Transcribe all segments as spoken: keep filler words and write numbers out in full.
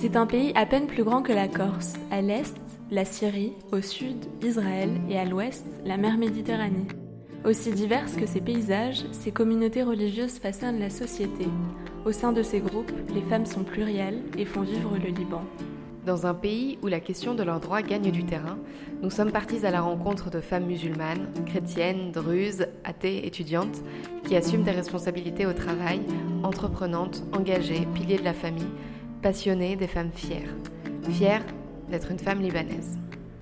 C'est un pays à peine plus grand que la Corse. À l'est, la Syrie, au sud, Israël et à l'ouest, la mer Méditerranée. Aussi diverses que ces paysages, ces communautés religieuses façonnent la société. Au sein de ces groupes, les femmes sont plurielles et font vivre le Liban. Dans un pays où la question de leurs droits gagne du terrain, nous sommes partis à la rencontre de femmes musulmanes, chrétiennes, druzes, athées, étudiantes, qui assument des responsabilités au travail, entreprenantes, engagées, piliers de la famille, passionnées, des femmes fières. Fières d'être une femme libanaise.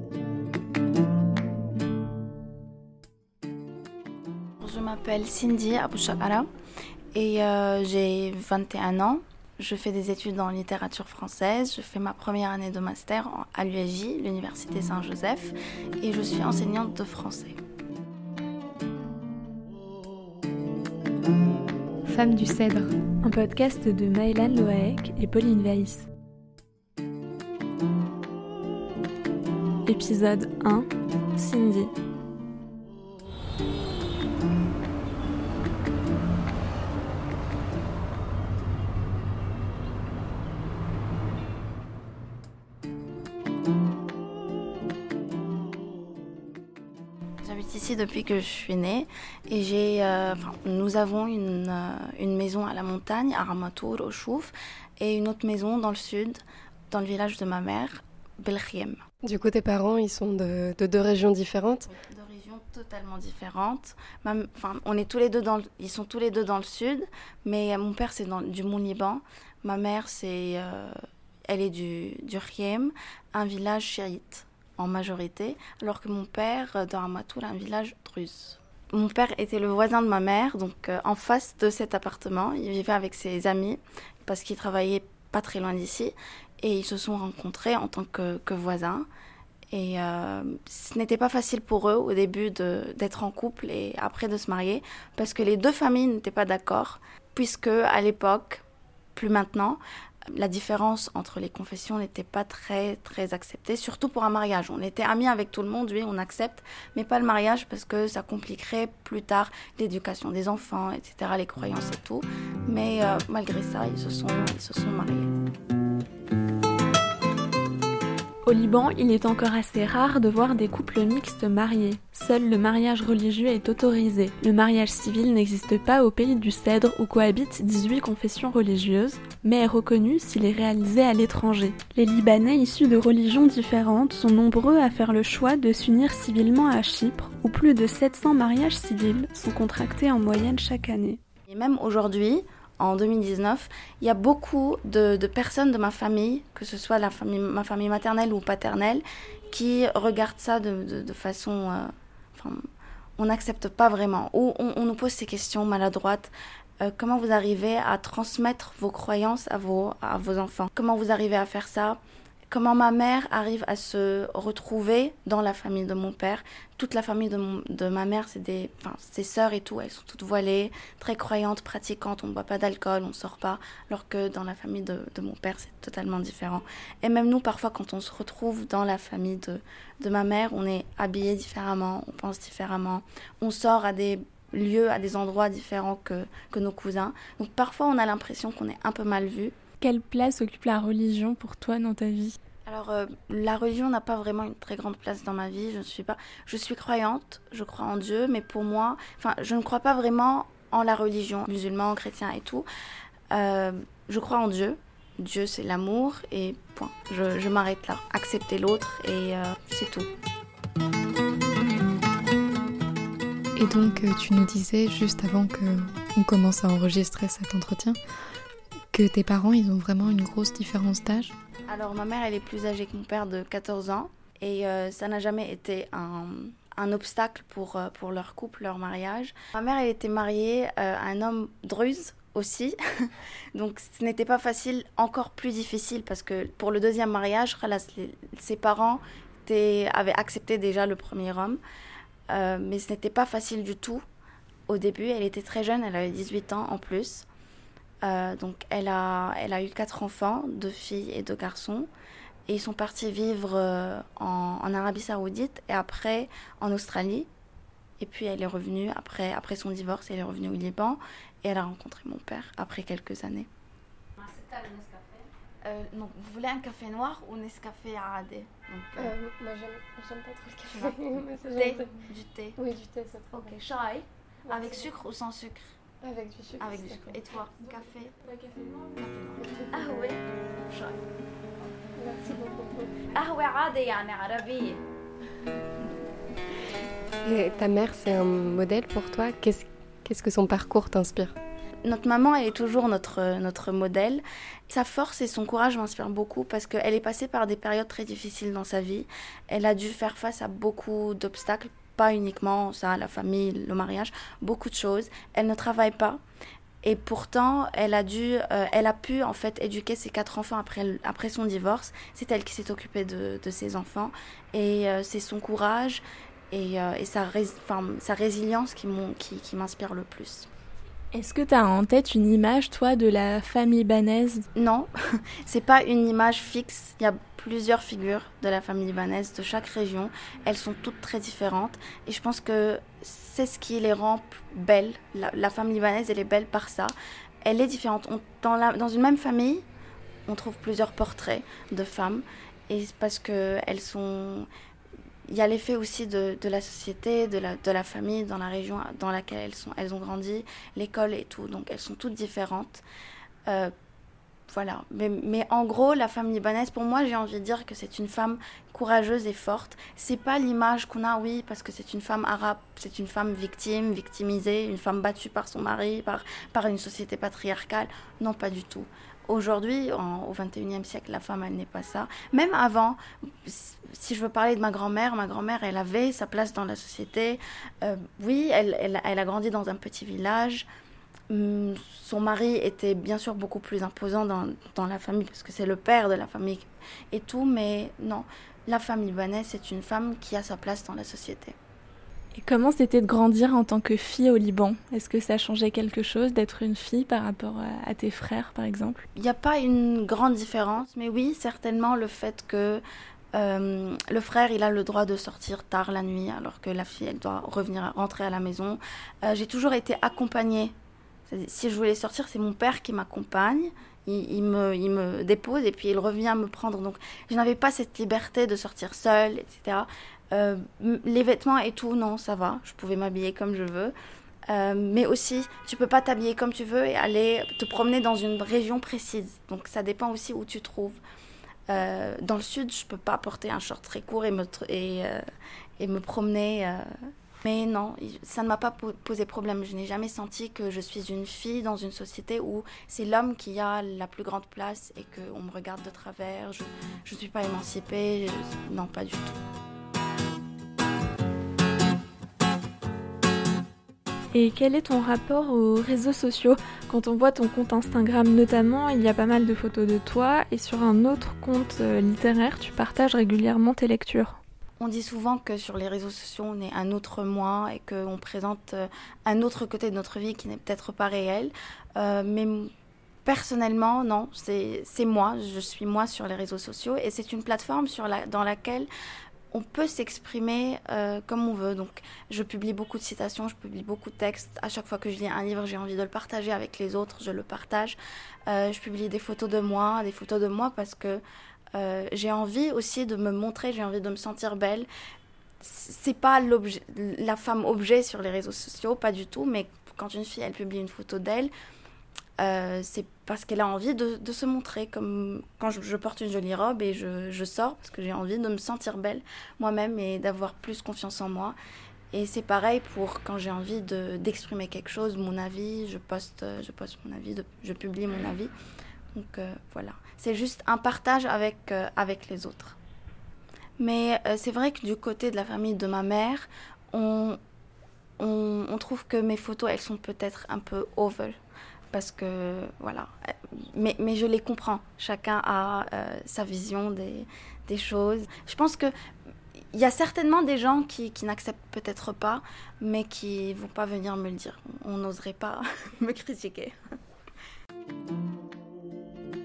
Je m'appelle Cindy Abouchakara et euh, j'ai vingt et un ans. Je fais des études en littérature française, je fais ma première année de master à l'U S J, l'Université Saint-Joseph, et je suis enseignante de français. Femme du Cèdre, un podcast de Maëlan Loaek et Pauline Weiss. Épisode un, Cindy. J'habite ici depuis que je suis née et j'ai, euh, enfin, nous avons une, euh, une maison à la montagne, à Ramatour, au Chouf, et une autre maison dans le sud, dans le village de ma mère, Belkhiem. Du coup, tes parents, ils sont de, de deux régions différentes ? Deux régions totalement différentes. Ma, enfin, on est tous les deux dans le, ils sont tous les deux dans le sud, mais mon père, c'est dans, du Mont-Liban. Ma mère, c'est, euh, elle est du, du Riem, un village chiite en majorité, alors que mon père, dans Ramatour, un village druze. Mon père était le voisin de ma mère, donc euh, en face de cet appartement. Il vivait avec ses amis, parce qu'il travaillait pas très loin d'ici, et ils se sont rencontrés en tant que, que voisins. Et euh, ce n'était pas facile pour eux au début de, d'être en couple et après de se marier, parce que les deux familles n'étaient pas d'accord, puisque à l'époque, plus maintenant, la différence entre les confessions n'était pas très, très acceptée, surtout pour un mariage. On était amis avec tout le monde, oui, on accepte, mais pas le mariage parce que ça compliquerait plus tard l'éducation des enfants, et cetera, les croyances et tout. Mais euh, malgré ça, ils se sont, ils se sont mariés. Au Liban, il est encore assez rare de voir des couples mixtes mariés. Seul le mariage religieux est autorisé. Le mariage civil n'existe pas au pays du Cèdre où cohabitent dix-huit confessions religieuses, mais est reconnu s'il est réalisé à l'étranger. Les Libanais issus de religions différentes sont nombreux à faire le choix de s'unir civilement à Chypre, où plus de sept cents mariages civils sont contractés en moyenne chaque année. Et même aujourd'hui, en deux mille dix-neuf, il y a beaucoup de, de personnes de ma famille, que ce soit la famille, ma famille maternelle ou paternelle, qui regardent ça de, de, de façon... Euh, enfin, on n'accepte pas vraiment. Ou on, on nous pose ces questions maladroites. Euh, comment vous arrivez à transmettre vos croyances à vos, à vos enfants ? Comment vous arrivez à faire ça ? Comment ma mère arrive à se retrouver dans la famille de mon père. Toute la famille de, mon, de ma mère, c'est des, enfin, ses sœurs et tout, elles sont toutes voilées, très croyantes, pratiquantes, on ne boit pas d'alcool, on ne sort pas, alors que dans la famille de, de mon père, c'est totalement différent. Et même nous, parfois, quand on se retrouve dans la famille de, de ma mère, on est habillés différemment, on pense différemment, on sort à des lieux, à des endroits différents que, que nos cousins. Donc parfois, on a l'impression qu'on est un peu mal vu. Quelle place occupe la religion pour toi dans ta vie ? Alors, euh, la religion n'a pas vraiment une très grande place dans ma vie. Je ne suis pas, je suis croyante, je crois en Dieu, mais pour moi, enfin, je ne crois pas vraiment en la religion, musulman, chrétien et tout. Euh, je crois en Dieu. Dieu, c'est l'amour et point. Je, je m'arrête là. Accepter l'autre et euh, c'est tout. Et donc, tu nous disais juste avant qu'on commence à enregistrer cet entretien que tes parents, ils ont vraiment une grosse différence d'âge. Alors, ma mère, elle est plus âgée que mon père de quatorze ans. Et euh, ça n'a jamais été un, un obstacle pour, euh, pour leur couple, leur mariage. Ma mère, elle était mariée euh, à un homme druze aussi. Donc, ce n'était pas facile, encore plus difficile, parce que pour le deuxième mariage, les, ses parents étaient, avaient accepté déjà le premier homme. Euh, mais ce n'était pas facile du tout. Au début, elle était très jeune, elle avait dix-huit ans en plus. Euh, donc elle a, elle a eu quatre enfants, deux filles et deux garçons. Et ils sont partis vivre euh, en, en Arabie Saoudite et après en Australie. Et puis elle est revenue, après, après son divorce, elle est revenue au Liban. Et elle a rencontré mon père après quelques années. Euh, donc, vous voulez un café noir ou Nescafé Arade? Donc, euh, Euh, moi, j'aime, j'aime pas trop le café. mais c'est thé, gentil. du thé. Oui, du thé, c'est trop Ok, bon. chai. Ouais, Avec c'est sucre ou sans sucre? bon. Avec du sucre. Avec du c'est sucre. bon. Et toi, café? café noir. Ah ouais, chai. Merci beaucoup. قهوة عادي يعني عربية. Et ta mère, c'est un modèle pour toi. Qu'est-ce, qu'est-ce que son parcours t'inspire? Notre maman, elle est toujours notre, notre modèle. Sa force et son courage m'inspirent beaucoup parce qu'elle est passée par des périodes très difficiles dans sa vie. Elle a dû faire face à beaucoup d'obstacles, pas uniquement ça, la famille, le mariage, beaucoup de choses. Elle ne travaille pas. Et pourtant, elle a dû, euh, elle a pu en fait éduquer ses quatre enfants après, après son divorce. C'est elle qui s'est occupée de, de ses enfants. Et euh, c'est son courage et, euh, et sa, rés- enfin, sa résilience qui, m'ont- qui, qui m'inspire le plus. Est-ce que tu as en tête une image, toi, de la famille libanaise? Non, c'est pas une image fixe. Il y a plusieurs figures de la famille libanaise de chaque région. Elles sont toutes très différentes. Et je pense que c'est ce qui les rend belles. La, la famille libanaise, elle est belle par ça. Elle est différente. On- dans, la, dans une même famille, on trouve plusieurs portraits de femmes. Et c'est parce qu'elles sont... Il y a l'effet aussi de, de la société, de la, de la famille, dans la région dans laquelle elles, sont, elles ont grandi, l'école et tout. Donc elles sont toutes différentes. Euh, voilà. Mais, mais en gros, la femme libanaise, pour moi, j'ai envie de dire que c'est une femme courageuse et forte. C'est pas l'image qu'on a, oui, parce que c'est une femme arabe, c'est une femme victime, victimisée, une femme battue par son mari, par, par une société patriarcale. Non, pas du tout. Aujourd'hui, en- au vingt et unième siècle, la femme, elle n'est pas ça. Même avant, si je veux parler de ma grand-mère, ma grand-mère, elle avait sa place dans la société. Euh, oui, elle, elle, elle a grandi dans un petit village. Hum, Son mari était bien sûr beaucoup plus imposant dans, dans la famille, parce que c'est le père de la famille et tout, mais non, la femme libanaise, c'est une femme qui a sa place dans la société. Et comment c'était de grandir en tant que fille au Liban? Est-ce que ça changeait quelque chose d'être une fille par rapport à, à tes frères, par exemple? Il n'y a pas une grande différence, mais oui, certainement le fait que euh, le frère, il a le droit de sortir tard la nuit, alors que la fille, elle doit revenir, rentrer à la maison. Euh, j'ai toujours été accompagnée. C'est-à-dire, si je voulais sortir, c'est mon père qui m'accompagne. Il, il, me, il me dépose et puis il revient me prendre. Donc, je n'avais pas cette liberté de sortir seule, et cetera. Euh, les vêtements et tout, non, ça va. Je pouvais m'habiller comme je veux. Euh, mais aussi, tu peux pas t'habiller comme tu veux et aller te promener dans une région précise. Donc, ça dépend aussi où tu te trouves. Euh, dans le sud, je peux pas porter un short très court et me, tr- et, euh, et me promener. Euh, Mais non, ça ne m'a pas po- posé problème. Je n'ai jamais senti que je suis une fille dans une société où c'est l'homme qui a la plus grande place et qu'on me regarde de travers. Je ne suis pas émancipée. Je- non, pas du tout. Et quel est ton rapport aux réseaux sociaux? Quand on voit ton compte Instagram notamment, il y a pas mal de photos de toi, et sur un autre compte euh, littéraire, tu partages régulièrement tes lectures. On dit souvent que sur les réseaux sociaux, on est un autre moi et qu'on présente euh, un autre côté de notre vie qui n'est peut-être pas réel. Euh, mais m- personnellement, non, c'est, c'est moi, je suis moi sur les réseaux sociaux et c'est une plateforme sur la, dans laquelle on peut s'exprimer euh, comme on veut. Donc, je publie beaucoup de citations, je publie beaucoup de textes. À chaque fois que je lis un livre, j'ai envie de le partager avec les autres, je le partage. Euh, je publie des photos de moi, des photos de moi parce que Euh, j'ai envie aussi de me montrer, j'ai envie de me sentir belle. C'est pas l'objet, la femme objet sur les réseaux sociaux, pas du tout, mais quand une fille elle publie une photo d'elle, euh, c'est parce qu'elle a envie de, de se montrer, comme quand je, je porte une jolie robe et je, je sors parce que j'ai envie de me sentir belle moi-même et d'avoir plus confiance en moi. Et c'est pareil pour quand j'ai envie de, d'exprimer quelque chose, mon avis, je poste, je poste mon avis, de, je publie mon avis. Donc euh, voilà, c'est juste un partage avec, euh, avec les autres. Mais euh, c'est vrai que du côté de la famille de ma mère, on, on, on trouve que mes photos, elles sont peut-être un peu over. Parce que, voilà, mais, mais je les comprends. Chacun a euh, sa vision des, des choses. Je pense que il y a certainement des gens qui, qui n'acceptent peut-être pas, mais qui ne vont pas venir me le dire. On n'oserait pas me critiquer.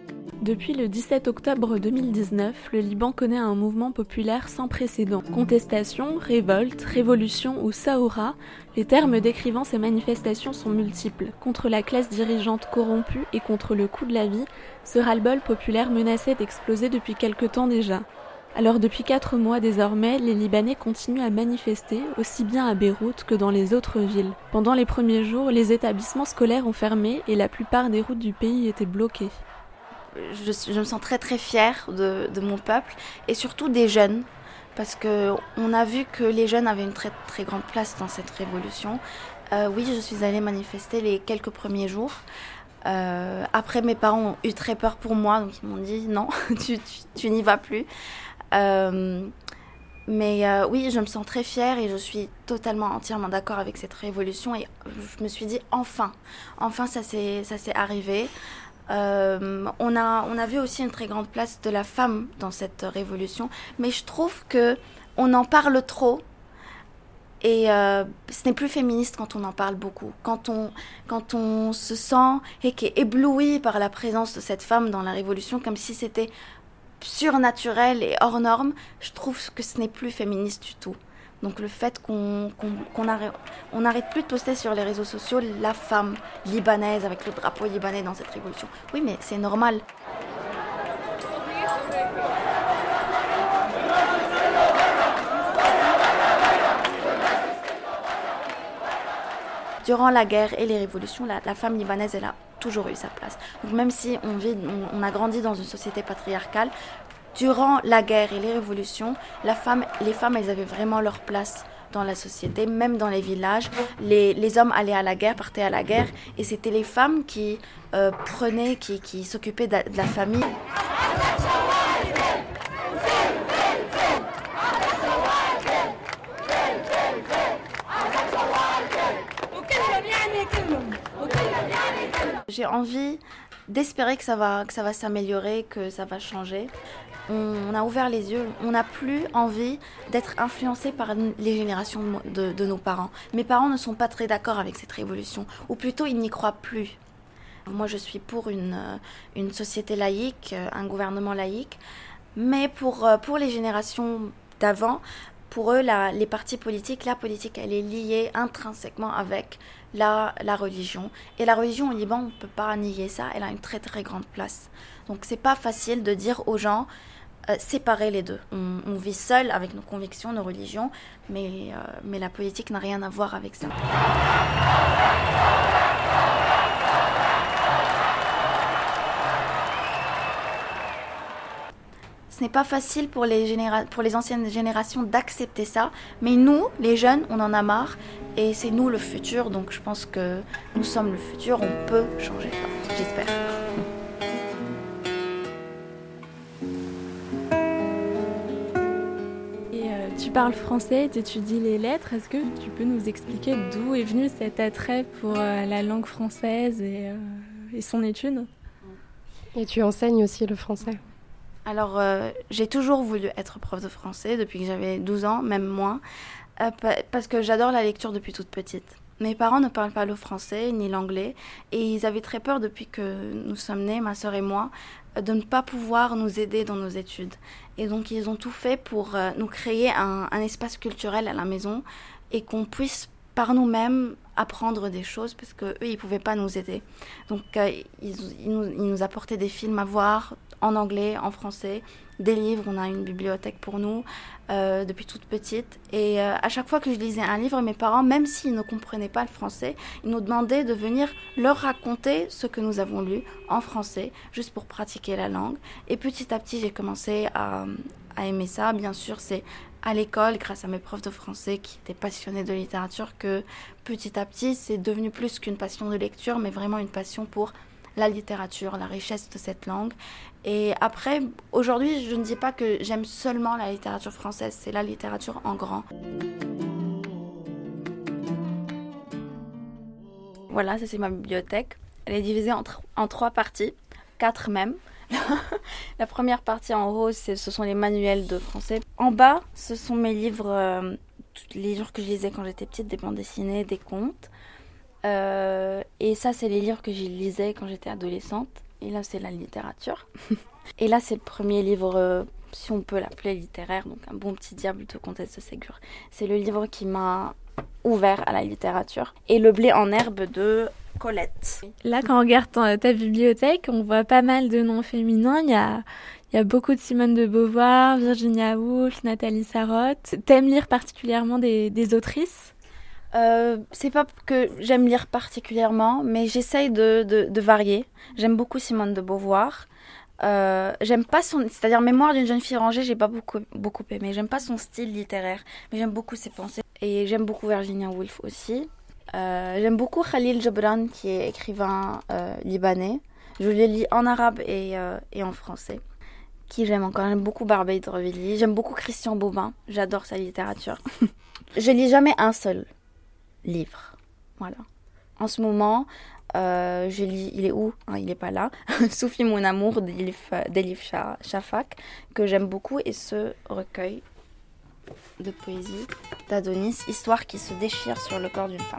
Depuis le dix-sept octobre deux mille dix-neuf, le Liban connaît un mouvement populaire sans précédent. Contestation, révolte, révolution ou saoura, les termes décrivant ces manifestations sont multiples. Contre la classe dirigeante corrompue et contre le coût de la vie, ce ras-le-bol populaire menaçait d'exploser depuis quelque temps déjà. Alors depuis quatre mois désormais, les Libanais continuent à manifester, aussi bien à Beyrouth que dans les autres villes. Pendant les premiers jours, les établissements scolaires ont fermé et la plupart des routes du pays étaient bloquées. Je, je me sens très très fière de, de mon peuple et surtout des jeunes, parce qu'on a vu que les jeunes avaient une très très grande place dans cette révolution. Euh, oui, je suis allée manifester les quelques premiers jours. Euh, après, mes parents ont eu très peur pour moi, donc ils m'ont dit non, tu, tu, tu n'y vas plus. Euh, mais euh, oui, je me sens très fière et je suis totalement, entièrement d'accord avec cette révolution. Et je me suis dit enfin, enfin ça s'est, ça s'est arrivé. Euh, on a, on a vu aussi une très grande place de la femme dans cette révolution, mais je trouve que on en parle trop et euh, ce n'est plus féministe quand on en parle beaucoup, quand on, quand on se sent ébloui par la présence de cette femme dans la révolution, comme si c'était surnaturel et hors norme. Je trouve que ce n'est plus féministe du tout. Donc le fait qu'on, qu'on, qu'on arrête, on n'arrête plus de poster sur les réseaux sociaux la femme libanaise avec le drapeau libanais dans cette révolution. Oui, mais c'est normal. Durant la guerre et les révolutions, la, la femme libanaise, elle a toujours eu sa place. Donc même si on, vit, on, on a grandi dans une société patriarcale, durant la guerre et les révolutions, la femme, les femmes, elles avaient vraiment leur place dans la société, même dans les villages. Les, les hommes allaient à la guerre, partaient à la guerre, et c'était les femmes qui euh, prenaient, qui, qui s'occupaient de, de la famille. J'ai envie d'espérer que ça va, que ça va s'améliorer, que ça va changer. On, on a ouvert les yeux, on n'a plus envie d'être influencé par les générations de, de nos parents. Mes parents ne sont pas très d'accord avec cette révolution, ou plutôt ils n'y croient plus. Moi je suis pour une, une société laïque, un gouvernement laïque, mais pour, pour les générations d'avant, pour eux, la, les partis politiques, la politique, elle est liée intrinsèquement avec la, la religion. Et la religion au Liban, on ne peut pas nier ça, elle a une très très grande place. Donc c'est pas facile de dire aux gens, euh, séparer les deux. On, on vit seul avec nos convictions, nos religions, mais, euh, mais la politique n'a rien à voir avec ça. Ce n'est pas facile pour les, généra- pour les anciennes générations d'accepter ça, mais nous, les jeunes, on en a marre et c'est nous le futur, donc je pense que nous sommes le futur, on peut changer ça, j'espère. Et euh, tu parles français, tu étudies les lettres, est-ce que tu peux nous expliquer d'où est venu cet attrait pour euh, la langue française et, euh, et son étude ? Et tu enseignes aussi le français ? Alors, euh, j'ai toujours voulu être prof de français depuis que j'avais douze ans, même moins, euh, parce que j'adore la lecture depuis toute petite. Mes parents ne parlent pas le français ni l'anglais et ils avaient très peur depuis que nous sommes nés, ma sœur et moi, de ne pas pouvoir nous aider dans nos études. Et donc, ils ont tout fait pour euh, nous créer un, un espace culturel à la maison et qu'on puisse par nous-mêmes apprendre des choses parce qu'eux, ils ne pouvaient pas nous aider. Donc, euh, ils, ils, nous, ils nous apportaient des films à voir en anglais, en français, des livres. On a une bibliothèque pour nous euh, depuis toute petite. Et euh, à chaque fois que je lisais un livre, mes parents, même s'ils ne comprenaient pas le français, ils nous demandaient de venir leur raconter ce que nous avons lu en français, juste pour pratiquer la langue. Et petit à petit, j'ai commencé à, à aimer ça. Bien sûr, c'est à l'école, grâce à mes profs de français qui étaient passionnés de littérature, que petit à petit, c'est devenu plus qu'une passion de lecture, mais vraiment une passion pour la littérature, la richesse de cette langue. Et après, aujourd'hui, je ne dis pas que j'aime seulement la littérature française, c'est la littérature en grand. Voilà, ça c'est ma bibliothèque. Elle est divisée en, tr- en trois parties, quatre même. La première partie en rose, c'est, ce sont les manuels de français. En bas, ce sont mes livres, euh, les livres que je lisais quand j'étais petite, des bandes dessinées, des contes. Euh, et ça, c'est les livres que je lisais quand j'étais adolescente. et là c'est la littérature. Et là c'est le premier livre, euh, si on peut l'appeler littéraire, donc Un bon petit diable de Comtesse de Ségur. C'est le livre qui m'a ouvert à la littérature. Et Le blé en herbe de Colette. Là, quand on regarde ta, ta bibliothèque, on voit pas mal de noms féminins. Il y a, il y a beaucoup de Simone de Beauvoir, Virginia Woolf, Nathalie Sarraute. T'aimes lire particulièrement des, des autrices ? Euh, c'est pas que j'aime lire particulièrement, mais j'essaye de, de, de varier. J'aime beaucoup Simone de Beauvoir. Euh, j'aime pas son, c'est-à-dire Mémoire d'une jeune fille rangée, j'ai pas beaucoup beaucoup aimé. J'aime pas son style littéraire, mais j'aime beaucoup ses pensées. Et j'aime beaucoup Virginia Woolf aussi. Euh, j'aime beaucoup Khalil Gibran, qui est écrivain euh, libanais. Je le lis en arabe et, euh, et en français. Qui j'aime encore. J'aime beaucoup Barbey D'Aurevilly. J'aime beaucoup Christian Bobin. J'adore sa littérature. Je lis jamais un seul livre. Voilà. En ce moment, euh, je lis. Il est où hein, il est pas là. Soufi mon amour d'Elif, d'Elif Shafak, que j'aime beaucoup, et ce recueil de poésie d'Adonis, Histoire qui se déchire sur le corps d'une femme.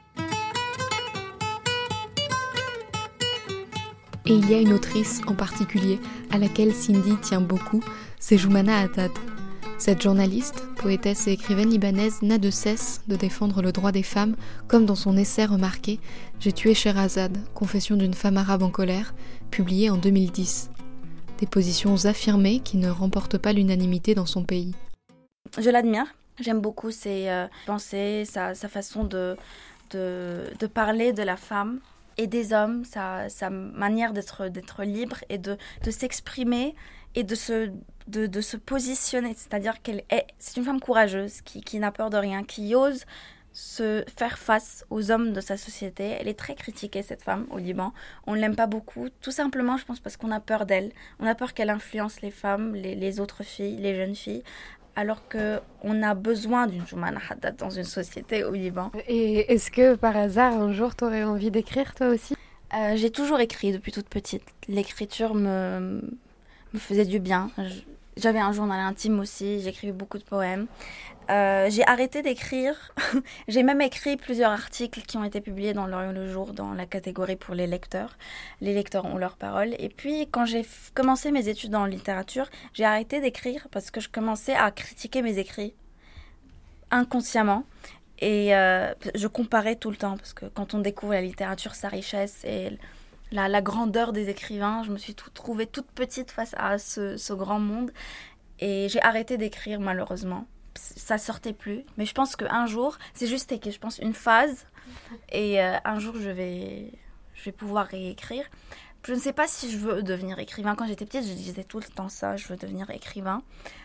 Et il y a une autrice en particulier à laquelle Cindy tient beaucoup, c'est Joumana Haddad. Cette journaliste, poétesse et écrivaine libanaise n'a de cesse de défendre le droit des femmes, comme dans son essai remarqué « J'ai tué Sherazade, confession d'une femme arabe en colère », publié en deux mille dix. Des positions affirmées qui ne remportent pas l'unanimité dans son pays. Je l'admire, j'aime beaucoup ses euh, pensées, sa, sa façon de, de, de parler de la femme et des hommes, sa, sa manière d'être, d'être libre et de, de s'exprimer et de se, de, de se positionner. C'est-à-dire qu'elle est, c'est une femme courageuse qui, qui n'a peur de rien, qui ose se faire face aux hommes de sa société. Elle est très critiquée, cette femme, au Liban. On ne l'aime pas beaucoup, tout simplement, je pense, parce qu'on a peur d'elle. On a peur qu'elle influence les femmes, les, les autres filles, les jeunes filles. Alors qu'on a besoin d'une Joumana Haddad dans une société au Liban. Et est-ce que, par hasard, un jour, tu aurais envie d'écrire, toi aussi ? euh, J'ai toujours écrit depuis toute petite. L'écriture me, me faisait du bien. Je, j'avais un journal intime aussi, j'écrivais beaucoup de poèmes. Euh, j'ai arrêté d'écrire. J'ai même écrit plusieurs articles qui ont été publiés dans l'Orient le Jour, dans la catégorie pour les lecteurs. Les lecteurs ont leurs paroles. Et puis, quand j'ai f- commencé mes études en littérature, j'ai arrêté d'écrire parce que je commençais à critiquer mes écrits inconsciemment. Et euh, je comparais tout le temps, parce que quand on découvre la littérature, sa richesse et la, la grandeur des écrivains, je me suis tout, trouvée toute petite face à ce, ce grand monde. Et j'ai arrêté d'écrire, malheureusement. Ça sortait plus, mais je pense qu'un jour, c'est juste que je pense une phase, et euh, un jour je vais, je vais pouvoir réécrire. Je ne sais pas si je veux devenir écrivain. Quand j'étais petite, je disais tout le temps ça, je veux devenir écrivain.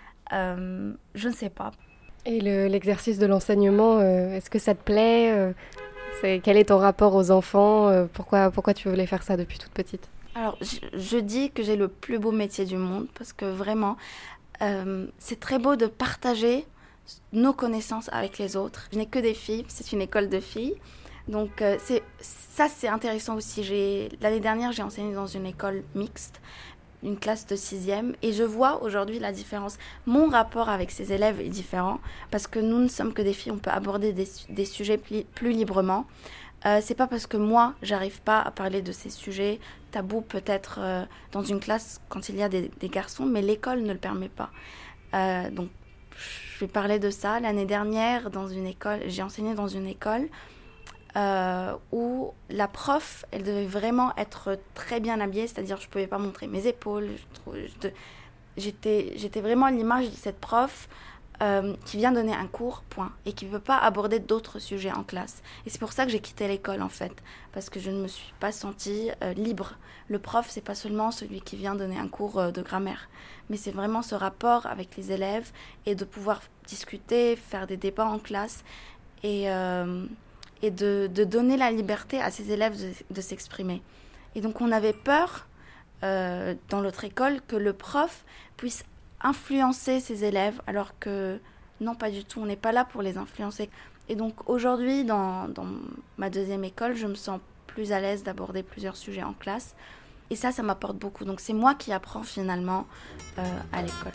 Euh, je ne sais pas. Et le, l'exercice de l'enseignement, euh, est-ce que ça te plaît euh, c'est, Quel est ton rapport aux enfants euh, pourquoi, pourquoi tu voulais faire ça depuis toute petite ? Alors, je, je dis que j'ai le plus beau métier du monde, parce que vraiment, euh, c'est très beau de partager nos connaissances avec les autres. Je n'ai que des filles, c'est une école de filles. Donc euh, c'est, ça, c'est intéressant aussi. J'ai, l'année dernière, j'ai enseigné dans une école mixte, une classe de sixième, et je vois aujourd'hui la différence. Mon rapport avec ces élèves est différent, parce que nous ne sommes que des filles, on peut aborder des, des sujets pli, plus librement. Euh, c'est pas parce que moi, j'arrive pas à parler de ces sujets tabous, peut-être euh, dans une classe quand il y a des, des garçons, mais l'école ne le permet pas. Euh, donc, je vais parler de ça. L'année dernière, dans une école, j'ai enseigné dans une école euh, où la prof, elle devait vraiment être très bien habillée, c'est-à-dire je ne pouvais pas montrer mes épaules. Je trouve, je, j'étais, j'étais vraiment à l'image de cette prof euh, qui vient donner un cours, point, et qui ne peut pas aborder d'autres sujets en classe. Et c'est pour ça que j'ai quitté l'école, en fait, parce que je ne me suis pas sentie euh, libre. Le prof, c'est pas seulement celui qui vient donner un cours euh, de grammaire, mais c'est vraiment ce rapport avec les élèves et de pouvoir discuter, faire des débats en classe et, euh, et de, de donner la liberté à ces élèves de, de s'exprimer. Et donc on avait peur euh, dans notre école que le prof puisse influencer ses élèves, alors que non, pas du tout, on n'est pas là pour les influencer. Et donc aujourd'hui, dans, dans ma deuxième école, je me sens plus à l'aise d'aborder plusieurs sujets en classe. Et ça, ça m'apporte beaucoup. Donc c'est moi qui apprends finalement euh, à l'école.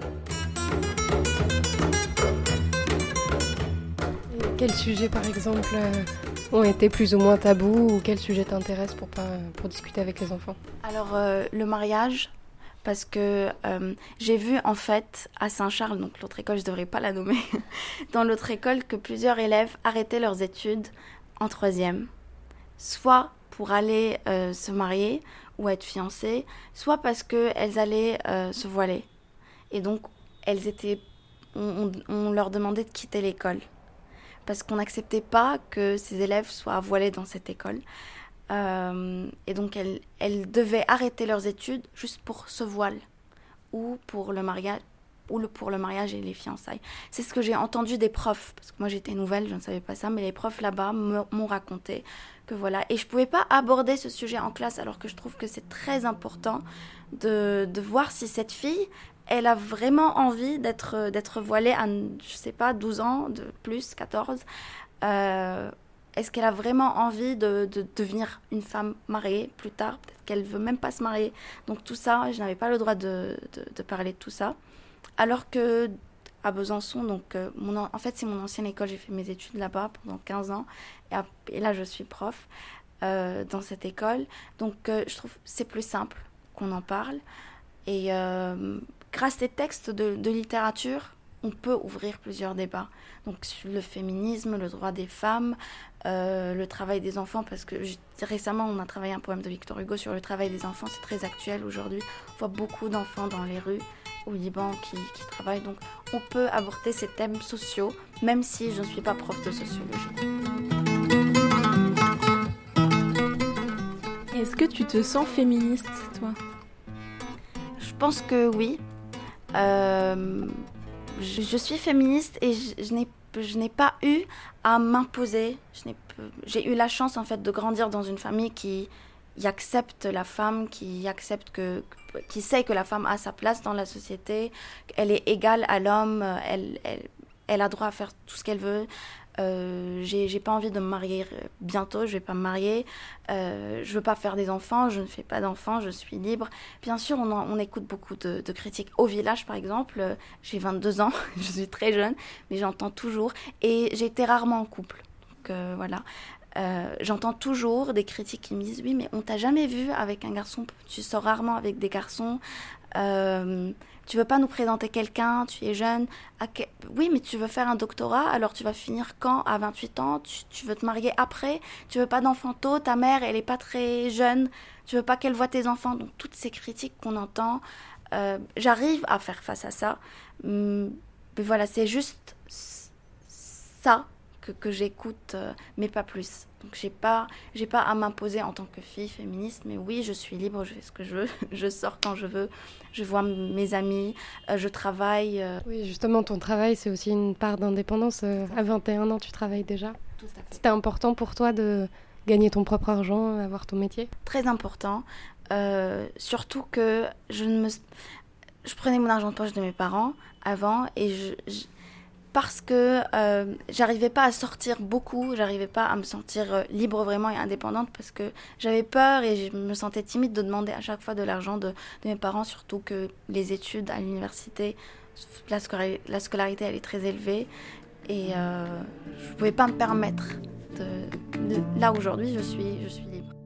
Et quel sujet, par exemple, euh, ont été plus ou moins tabous ou quel sujet t'intéresse pour, pas, pour discuter avec les enfants? Alors, euh, le mariage, parce que euh, j'ai vu en fait à Saint-Charles, donc l'autre école, je ne devrais pas la nommer, dans l'autre école, que plusieurs élèves arrêtaient leurs études en troisième, soit pour aller euh, se marier ou être fiancées, soit parce qu'elles allaient euh, se voiler. Et donc, elles étaient, on, on, on leur demandait de quitter l'école. Parce qu'on n'acceptait pas que ces élèves soient voilés dans cette école. Euh, et donc, elles, elles devaient arrêter leurs études juste pour ce voile ou pour le mariage, ou le, pour le mariage et les fiançailles. C'est ce que j'ai entendu des profs, parce que moi j'étais nouvelle, je ne savais pas ça, mais les profs là-bas m'ont raconté que voilà. Et je ne pouvais pas aborder ce sujet en classe, alors que je trouve que c'est très important de, de voir si cette fille, elle a vraiment envie d'être, d'être voilée à, je sais pas, douze ans, de plus, quatorze. Euh, est-ce qu'elle a vraiment envie de, de devenir une femme mariée plus tard? Peut-être qu'elle ne veut même pas se marier. Donc tout ça, je n'avais pas le droit de, de, de parler de tout ça. Alors que à Besançon, donc, euh, mon, en fait, c'est mon ancienne école, j'ai fait mes études là-bas pendant quinze ans. Et, à, et là, je suis prof euh, dans cette école. Donc, euh, je trouve que c'est plus simple qu'on en parle. Et euh, grâce à ces textes de, de littérature, on peut ouvrir plusieurs débats. Donc, sur le féminisme, le droit des femmes, euh, le travail des enfants, parce que je, récemment, on a travaillé un poème de Victor Hugo sur le travail des enfants. C'est très actuel aujourd'hui. On voit beaucoup d'enfants dans les rues au Liban qui, qui travaillent. Donc, on peut aborder ces thèmes sociaux, même si je ne suis pas prof de sociologie. Est-ce que tu te sens féministe, toi? Je pense que oui. Euh, je, je suis féministe et je, je, n'ai, je n'ai pas eu à m'imposer. Je n'ai, j'ai eu la chance, en fait, de grandir dans une famille qui y accepte la femme, qui accepte que, qui sait que la femme a sa place dans la société, qu'elle est égale à l'homme, elle, elle, elle a droit à faire tout ce qu'elle veut. Euh, j'ai, j'ai pas envie de me marier bientôt, je vais pas me marier, euh, je veux pas faire des enfants, je ne fais pas d'enfants, je suis libre. Bien sûr, on, en, on écoute beaucoup de, de critiques. Au village, par exemple, euh, j'ai vingt-deux ans, je suis très jeune, mais j'entends toujours, et j'ai été rarement en couple. Donc euh, voilà. Euh, j'entends toujours des critiques qui me disent oui, mais on t'a jamais vu avec un garçon, tu sors rarement avec des garçons, euh, tu veux pas nous présenter quelqu'un, tu es jeune, que... oui, mais tu veux faire un doctorat, alors tu vas finir quand? À vingt-huit ans, tu, tu veux te marier après, tu veux pas d'enfant tôt, ta mère elle est pas très jeune, tu veux pas qu'elle voie tes enfants. Donc toutes ces critiques qu'on entend, euh, j'arrive à faire face à ça, mais voilà, c'est juste ça Que, que j'écoute, euh, mais pas plus. Donc j'ai pas, j'ai pas à m'imposer en tant que fille féministe, mais oui, je suis libre, je fais ce que je veux, je sors quand je veux, je vois m- mes amis, euh, je travaille. Euh... Oui, justement, ton travail, c'est aussi une part d'indépendance. Euh, à vingt et un ans, tu travailles déjà. Tout à fait. C'était important pour toi de gagner ton propre argent, avoir ton métier? Très important, euh, surtout que je ne me... Je prenais mon argent de poche de mes parents avant et je... je... parce que euh, j'arrivais pas à sortir beaucoup, j'arrivais pas à me sentir euh, libre vraiment et indépendante parce que j'avais peur et je me sentais timide de demander à chaque fois de l'argent de, de mes parents, surtout que les études à l'université, la, scolar- la scolarité elle est très élevée et euh, je pouvais pas me permettre de, de... Là aujourd'hui je suis, je suis libre.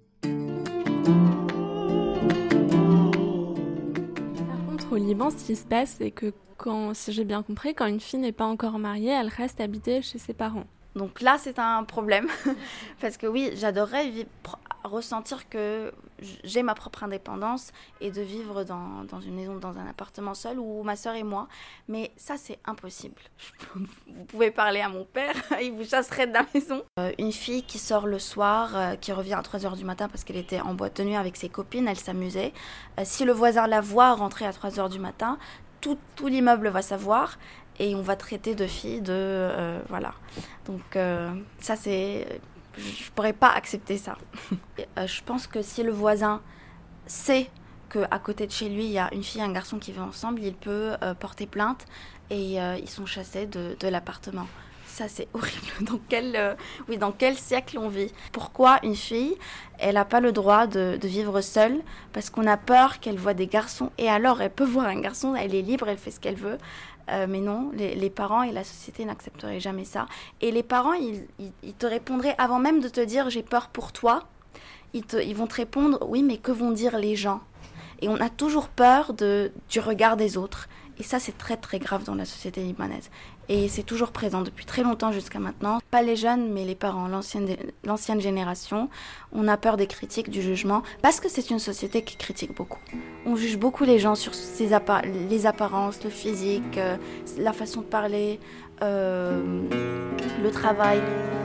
Par contre au Liban ce qui se passe c'est que Quand, si j'ai bien compris, quand une fille n'est pas encore mariée, elle reste habiter chez ses parents. Donc là, c'est un problème. Parce que oui, j'adorerais vivre, ressentir que j'ai ma propre indépendance et de vivre dans, dans une maison, dans un appartement seul, ou ma sœur et moi. Mais ça, c'est impossible. Vous pouvez parler à mon père, il vous chasserait de la maison. Euh, une fille qui sort le soir, euh, qui revient à trois heures du matin parce qu'elle était en boîte de nuit avec ses copines, elle s'amusait. Euh, si le voisin la voit rentrer à trois heures du matin, Tout, tout l'immeuble va savoir et on va traiter de fille de... Euh, voilà. Donc euh, ça, c'est... Je pourrais pas accepter ça. euh, je pense que si le voisin sait qu'à côté de chez lui, il y a une fille et un garçon qui vivent ensemble, il peut euh, porter plainte et euh, ils sont chassés de, de l'appartement. ça c'est horrible. Dans quel, euh, oui, dans quel siècle on vit? Pourquoi une fille, elle n'a pas le droit de, de vivre seule? Parce qu'on a peur qu'elle voit des garçons. Et alors, elle peut voir un garçon, elle est libre, elle fait ce qu'elle veut. Euh, mais non, les, les parents et la société n'accepteraient jamais ça. Et les parents, ils, ils, ils te répondraient, avant même de te dire « j'ai peur pour toi », ils, te, ils vont te répondre « oui, mais que vont dire les gens ?» Et on a toujours peur de, du regard des autres. Et ça, c'est très très grave dans la société libanaise. Et c'est toujours présent depuis très longtemps jusqu'à maintenant. Pas les jeunes, mais les parents, l'ancienne, l'ancienne génération. On a peur des critiques, du jugement, parce que c'est une société qui critique beaucoup. On juge beaucoup les gens sur ses appa- les apparences, le physique, euh, la façon de parler, euh, le travail.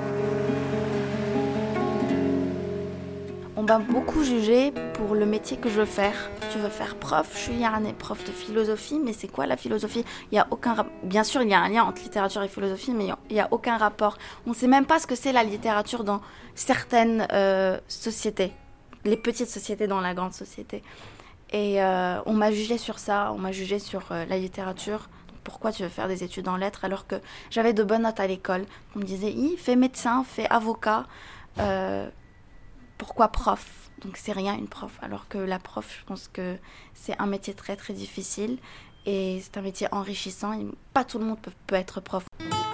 On m'a beaucoup jugé pour le métier que je veux faire. Tu veux faire prof? Je suis Yarane, prof de philosophie, mais c'est quoi la philosophie? Il y a aucun rap... Bien sûr, il y a un lien entre littérature et philosophie, mais il n'y a aucun rapport. On ne sait même pas ce que c'est la littérature dans certaines euh, sociétés, les petites sociétés dans la grande société. Et euh, on m'a jugé sur ça, on m'a jugé sur euh, la littérature. Pourquoi tu veux faire des études en lettres alors que j'avais de bonnes notes à l'école? On me disait, fais médecin, fais avocat. Euh, Pourquoi prof? Donc c'est rien une prof, alors que la prof, je pense que c'est un métier très très difficile et c'est un métier enrichissant et pas tout le monde peut, peut être prof.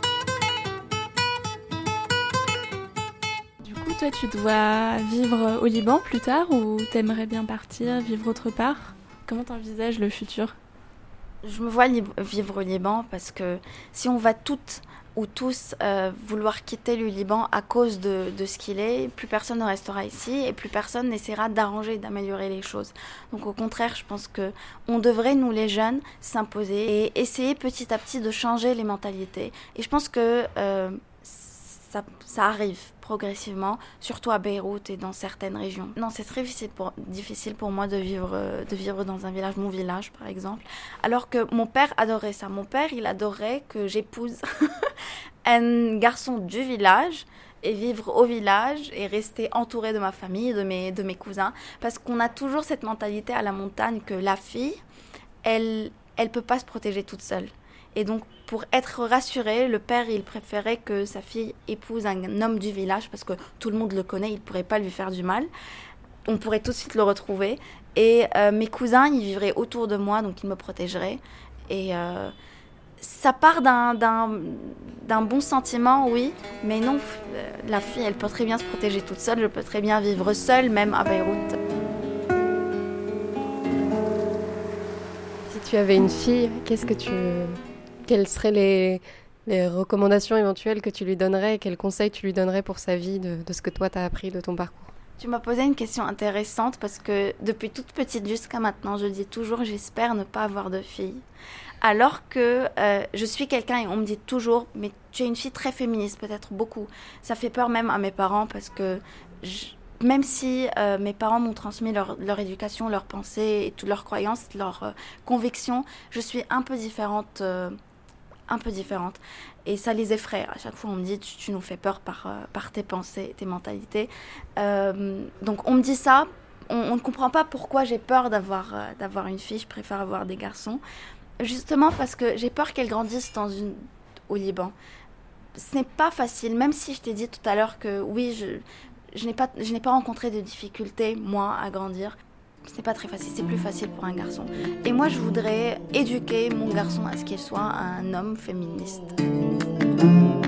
Du coup, toi tu dois vivre au Liban plus tard ou t'aimerais bien partir, vivre autre part? Comment t'envisages le futur? Je me vois li- vivre au Liban parce que si on va toutes ou tous euh, vouloir quitter le Liban à cause de, de ce qu'il est, plus personne ne restera ici et plus personne n'essaiera d'arranger, d'améliorer les choses. Donc au contraire, je pense qu'on devrait, nous les jeunes, s'imposer et essayer petit à petit de changer les mentalités. Et je pense que euh, ça, ça arrive progressivement, surtout à Beyrouth et dans certaines régions. Non, c'est très difficile pour, difficile pour moi de vivre, de vivre dans un village, mon village par exemple, alors que mon père adorait ça. Mon père, il adorait que j'épouse un garçon du village et vivre au village et rester entourée de ma famille, de mes, de mes cousins, parce qu'on a toujours cette mentalité à la montagne que la fille, elle elle peut pas se protéger toute seule. Et donc, pour être rassurée, le père, il préférait que sa fille épouse un homme du village parce que tout le monde le connaît, il ne pourrait pas lui faire du mal. On pourrait tout de suite le retrouver. Et euh, mes cousins, ils vivraient autour de moi, donc ils me protégeraient. Et euh, ça part d'un, d'un, d'un bon sentiment, oui, mais non, euh, la fille, elle peut très bien se protéger toute seule. Je peux très bien vivre seule, même à Beyrouth. Si tu avais une fille, qu'est-ce que tu... Quelles seraient les, les recommandations éventuelles que tu lui donnerais? Quels conseils tu lui donnerais pour sa vie, de, de ce que toi t'as appris de ton parcours? Tu m'as posé une question intéressante parce que depuis toute petite jusqu'à maintenant, je dis toujours j'espère ne pas avoir de fille. Alors que euh, je suis quelqu'un et on me dit toujours mais tu es une fille très féministe, peut-être beaucoup. Ça fait peur même à mes parents parce que je, même si euh, mes parents m'ont transmis leur, leur éducation, leurs pensées et toutes leurs croyances, leurs euh, convictions, je suis un peu différente. Euh, un peu différente et ça les effraie. À chaque fois on me dit tu, tu nous fais peur par, euh, par tes pensées, tes mentalités. Euh, donc on me dit ça, on, on ne comprend pas pourquoi j'ai peur d'avoir, euh, d'avoir une fille, je préfère avoir des garçons. Justement parce que j'ai peur qu'elle grandisse dans une, au Liban. Ce n'est pas facile, même si je t'ai dit tout à l'heure que oui, je, je, n'ai pas, je n'ai pas rencontré de difficultés, moi, à grandir. Ce n'est pas très facile, c'est plus facile pour un garçon. Et moi, je voudrais éduquer mon garçon à ce qu'il soit un homme féministe.